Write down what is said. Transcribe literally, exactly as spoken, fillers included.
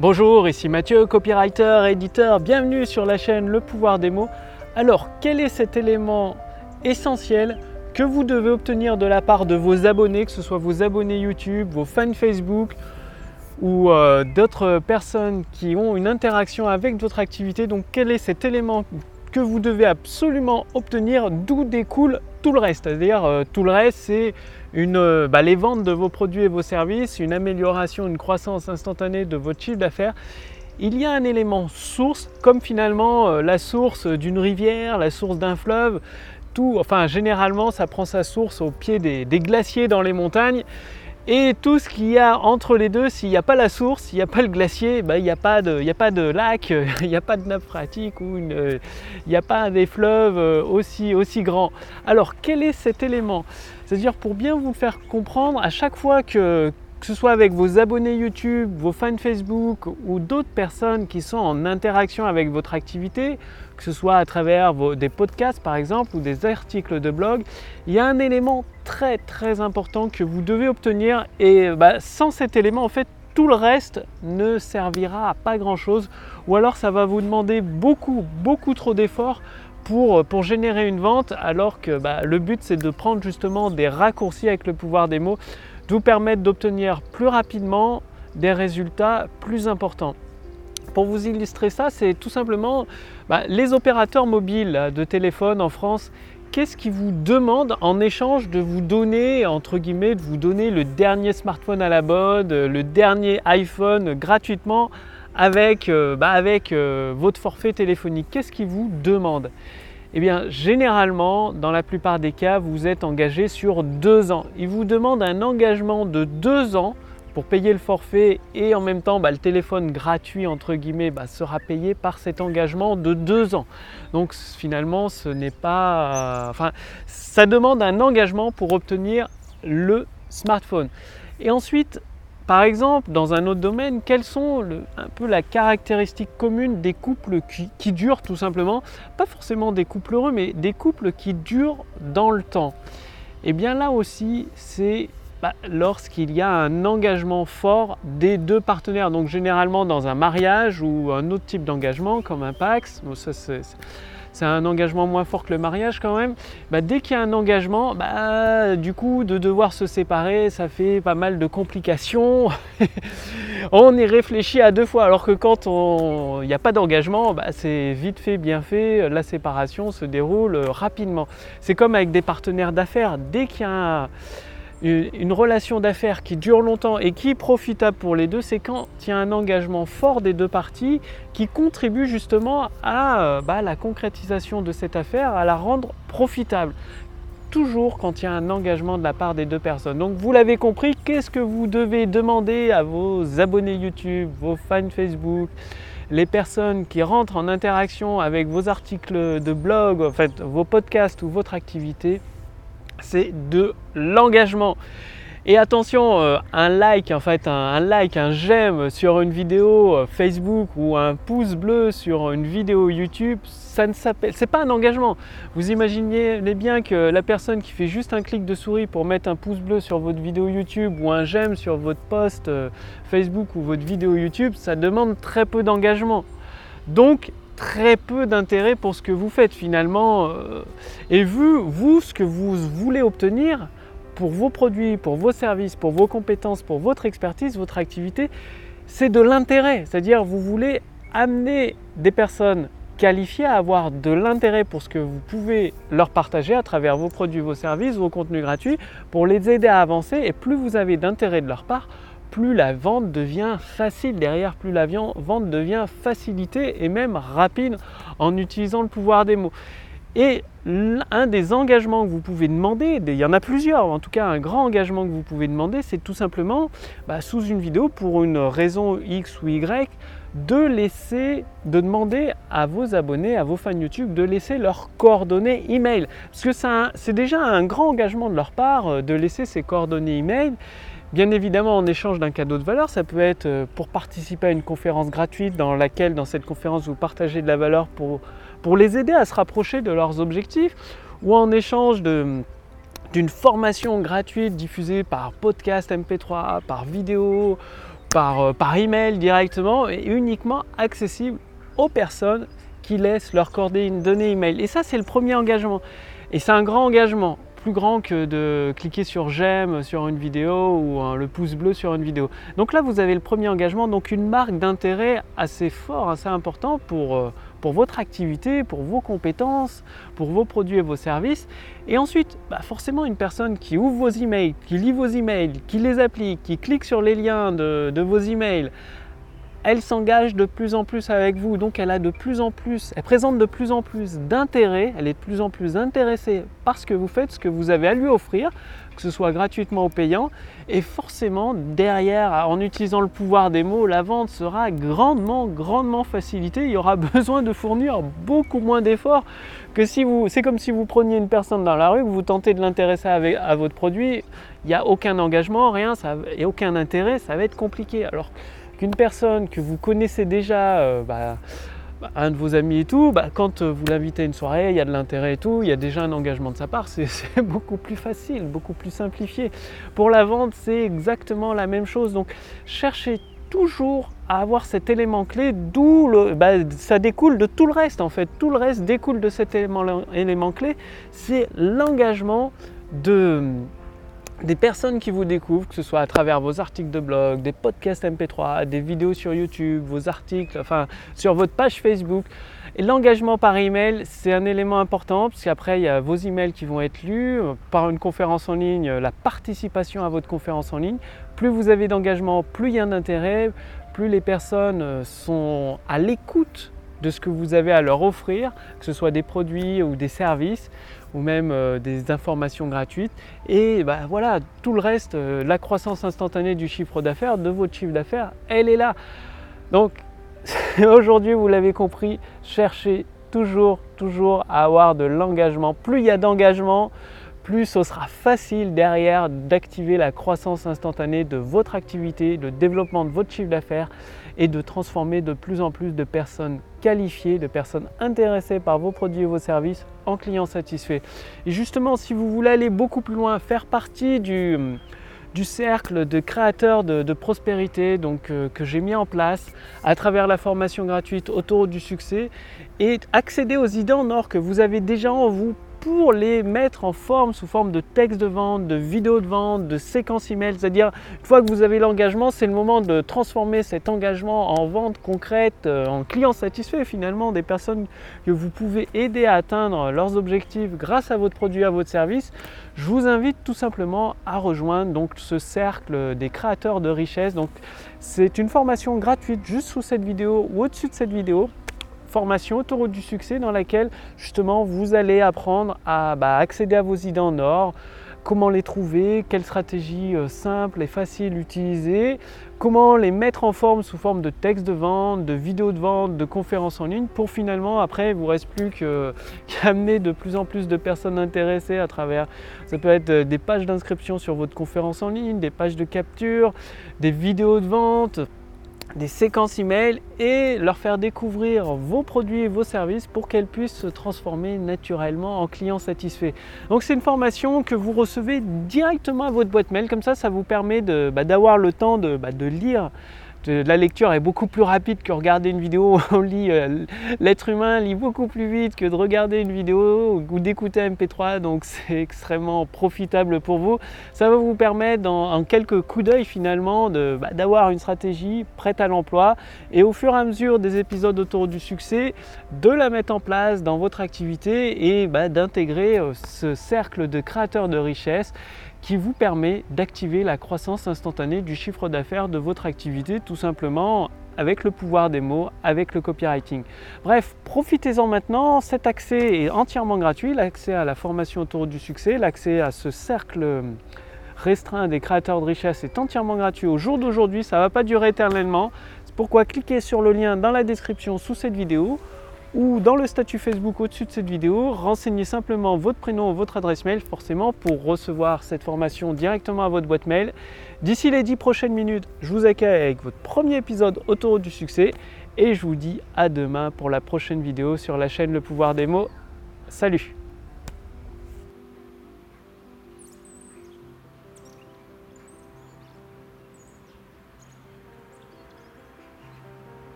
Bonjour, ici Mathieu, copywriter, éditeur, bienvenue sur la chaîne Le Pouvoir des mots. Alors, quel est cet élément essentiel que vous devez obtenir de la part de vos abonnés, que ce soit vos abonnés YouTube, vos fans Facebook ou euh, d'autres personnes qui ont une interaction avec votre activité? Donc, quel est cet élément que vous devez absolument obtenir, d'où découle tout le reste? C'est-à-dire, euh, tout le reste, c'est une, euh, bah, les ventes de vos produits et vos services, une amélioration, une croissance instantanée de votre chiffre d'affaires. Il y a un élément source, comme finalement euh, la source d'une rivière, la source d'un fleuve. Tout, enfin, généralement, ça prend sa source au pied des, des glaciers dans les montagnes. Et tout ce qu'il y a entre les deux, s'il n'y a pas la source, s'il n'y a pas le glacier, ben, il n'y a pas de, il n'y a pas de lac, il n'y a pas de nappe phréatique ou une, euh, il n'y a pas des fleuves aussi, aussi grands. Alors, quel est cet élément? C'est-à-dire, pour bien vous le faire comprendre, à chaque fois que, que ce soit avec vos abonnés YouTube, vos fans Facebook ou d'autres personnes qui sont en interaction avec votre activité, que ce soit à travers vos, des podcasts par exemple ou des articles de blog, il y a un élément très très important que vous devez obtenir et bah, sans cet élément en fait tout le reste ne servira à pas grand chose ou alors ça va vous demander beaucoup beaucoup trop d'efforts pour, pour générer une vente alors que bah, le but c'est de prendre justement des raccourcis avec le pouvoir des mots, de vous permettre d'obtenir plus rapidement des résultats plus importants. Pour vous illustrer ça, c'est tout simplement bah, les opérateurs mobiles de téléphone en France. Qu'est-ce qu'ils vous demandent en échange de vous donner, entre guillemets, de vous donner le dernier smartphone à la mode, le dernier iPhone gratuitement avec, euh, bah, avec euh, votre forfait téléphonique? Qu'est-ce qu'ils vous demandent? Eh bien, généralement, dans la plupart des cas, vous êtes engagé sur deux ans. Ils vous demandent un engagement de deux ans pour payer le forfait et en même temps bah, le téléphone gratuit entre guillemets bah, sera payé par cet engagement de deux ans. Donc finalement ce n'est pas, euh, enfin ça demande un engagement pour obtenir le smartphone. Et ensuite, par exemple, dans un autre domaine, quelles sont le, un peu la caractéristique commune des couples qui, qui durent tout simplement, pas forcément des couples heureux, mais des couples qui durent dans le temps? Et bien là aussi, c'est Bah, lorsqu'il y a un engagement fort des deux partenaires, donc généralement dans un mariage ou un autre type d'engagement comme un Pacs, bon, ça c'est, c'est un engagement moins fort que le mariage quand même, bah, dès qu'il y a un engagement, bah, du coup de devoir se séparer, ça fait pas mal de complications, on y réfléchit à deux fois, alors que quand il n'y a pas d'engagement, bah, c'est vite fait, bien fait, la séparation se déroule rapidement. C'est comme avec des partenaires d'affaires, dès qu'il y a un une relation d'affaires qui dure longtemps et qui est profitable pour les deux, c'est quand il y a un engagement fort des deux parties qui contribue justement à bah, la concrétisation de cette affaire, à la rendre profitable. Toujours quand il y a un engagement de la part des deux personnes. Donc vous l'avez compris, qu'est-ce que vous devez demander à vos abonnés YouTube, vos fans Facebook, les personnes qui rentrent en interaction avec vos articles de blog, en fait, vos podcasts ou votre activité? C'est de l'engagement. Et attention, euh, un like, en fait, un, un like, un j'aime sur une vidéo euh, Facebook ou un pouce bleu sur une vidéo YouTube, ça ne s'appelle, c'est pas un engagement. Vous imaginez bien que la personne qui fait juste un clic de souris pour mettre un pouce bleu sur votre vidéo YouTube ou un j'aime sur votre post euh, Facebook ou votre vidéo YouTube, ça demande très peu d'engagement. Donc, très peu d'intérêt pour ce que vous faites finalement. Et vu, vous, ce que vous voulez obtenir pour vos produits, pour vos services, pour vos compétences, pour votre expertise, votre activité, c'est de l'intérêt. C'est-à-dire vous voulez amener des personnes qualifiées à avoir de l'intérêt pour ce que vous pouvez leur partager à travers vos produits, vos services, vos contenus gratuits, pour les aider à avancer. Et plus vous avez d'intérêt de leur part, plus la vente devient facile derrière, plus la vente devient facilitée et même rapide en utilisant le pouvoir des mots. Et un des engagements que vous pouvez demander, il y en a plusieurs, en tout cas un grand engagement que vous pouvez demander, c'est tout simplement bah, sous une vidéo pour une raison X ou Y, de laisser, de demander à vos abonnés, à vos fans YouTube, de laisser leurs coordonnées email. Parce que ça, c'est déjà un grand engagement de leur part de laisser ces coordonnées email. Bien évidemment en échange d'un cadeau de valeur, ça peut être pour participer à une conférence gratuite dans laquelle, dans cette conférence, vous partagez de la valeur pour, pour les aider à se rapprocher de leurs objectifs, ou en échange de, d'une formation gratuite diffusée par podcast M P trois, par vidéo, par, par email directement et uniquement accessible aux personnes qui laissent leurs coordonnées email. Et ça, c'est le premier engagement. Et c'est un grand engagement, plus grand que de cliquer sur j'aime sur une vidéo ou hein, le pouce bleu sur une vidéo. Donc là, vous avez le premier engagement, donc une marque d'intérêt assez fort, assez important pour, euh, pour votre activité, pour vos compétences, pour vos produits et vos services. Et ensuite, bah forcément, une personne qui ouvre vos emails, qui lit vos emails, qui les applique, qui clique sur les liens de, de vos emails, elle s'engage de plus en plus avec vous, donc elle a de plus en plus, elle présente de plus en plus d'intérêt, elle est de plus en plus intéressée par ce que vous faites, ce que vous avez à lui offrir, que ce soit gratuitement ou payant, et forcément derrière, en utilisant le pouvoir des mots, la vente sera grandement, grandement facilitée. Il y aura besoin de fournir beaucoup moins d'efforts que si vous, c'est comme si vous preniez une personne dans la rue, que vous tentez de l'intéresser à, à votre produit, il n'y a aucun engagement, rien, ça, et aucun intérêt, ça va être compliqué. Alors qu'une personne que vous connaissez déjà, euh, bah, un de vos amis et tout, bah, quand vous l'invitez à une soirée, il y a de l'intérêt et tout, il y a déjà un engagement de sa part, c'est beaucoup plus facile, beaucoup plus simplifié. Pour la vente, c'est exactement la même chose. Donc, cherchez toujours à avoir cet élément clé, d'où le, bah, ça découle de tout le reste en fait. Tout le reste découle de cet élément, élément clé, c'est l'engagement de... des personnes qui vous découvrent, que ce soit à travers vos articles de blog, des podcasts M P trois, des vidéos sur YouTube, vos articles, enfin sur votre page Facebook. Et l'engagement par email, c'est un élément important parce qu'après il y a vos emails qui vont être lus par une conférence en ligne, la participation à votre conférence en ligne. Plus vous avez d'engagement, plus il y a d'intérêt, plus les personnes sont à l'écoute de ce que vous avez à leur offrir, que ce soit des produits ou des services ou même euh, des informations gratuites. Et bah, voilà, tout le reste, euh, la croissance instantanée du chiffre d'affaires, de votre chiffre d'affaires, elle est là. Donc aujourd'hui, vous l'avez compris, cherchez toujours, toujours à avoir de l'engagement. Plus il y a d'engagement, plus ce sera facile derrière d'activer la croissance instantanée de votre activité, le développement de votre chiffre d'affaires et de transformer de plus en plus de personnes qualifiées, de personnes intéressées par vos produits et vos services en clients satisfaits. Et justement, si vous voulez aller beaucoup plus loin, faire partie du, du cercle de créateurs de, de prospérité donc, euh, que j'ai mis en place à travers la formation gratuite Autoroute du succès et accéder aux idées en or que vous avez déjà en vous pour les mettre en forme sous forme de texte de vente, de vidéos de vente, de séquences email. C'est-à-dire, une fois que vous avez l'engagement, c'est le moment de transformer cet engagement en vente concrète, en clients satisfaits finalement, des personnes que vous pouvez aider à atteindre leurs objectifs grâce à votre produit, à votre service. Je vous invite tout simplement à rejoindre donc ce cercle des créateurs de richesse. Donc, c'est une formation gratuite juste sous cette vidéo ou au-dessus de cette vidéo. Formation Autoroute du succès dans laquelle justement vous allez apprendre à bah, accéder à vos idées en or, comment les trouver, quelles stratégies euh, simples et faciles utiliser, comment les mettre en forme sous forme de textes de vente, de vidéos de vente, de conférences en ligne pour finalement après il ne vous reste plus qu'à amener de plus en plus de personnes intéressées à travers, ça peut être des pages d'inscription sur votre conférence en ligne, des pages de capture, des vidéos de vente, des séquences email et leur faire découvrir vos produits et vos services pour qu'elles puissent se transformer naturellement en clients satisfaits. Donc c'est une formation que vous recevez directement à votre boîte mail, comme ça ça vous permet de, bah, d'avoir le temps de, bah, de lire. La lecture est beaucoup plus rapide que regarder une vidéo. On lit, euh, l'être humain lit beaucoup plus vite que de regarder une vidéo ou d'écouter un M P trois, donc c'est extrêmement profitable pour vous. Ça va vous permettre en, en quelques coups d'œil finalement de, bah, d'avoir une stratégie prête à l'emploi et au fur et à mesure des épisodes autour du succès, de la mettre en place dans votre activité et bah, d'intégrer euh, ce cercle de créateurs de richesse qui vous permet d'activer la croissance instantanée du chiffre d'affaires de votre activité tout simplement avec le pouvoir des mots, avec le copywriting. Bref, profitez-en maintenant, cet accès est entièrement gratuit, l'accès à la formation Autoroute du succès, l'accès à ce cercle restreint des créateurs de richesse est entièrement gratuit au jour d'aujourd'hui, ça ne va pas durer éternellement. C'est pourquoi cliquez sur le lien dans la description sous cette vidéo ou dans le statut Facebook au-dessus de cette vidéo, renseignez simplement votre prénom ou votre adresse mail forcément pour recevoir cette formation directement à votre boîte mail. D'ici les dix prochaines minutes, je vous accueille avec votre premier épisode Autoroute du succès et je vous dis à demain pour la prochaine vidéo sur la chaîne Le Pouvoir des mots. Salut!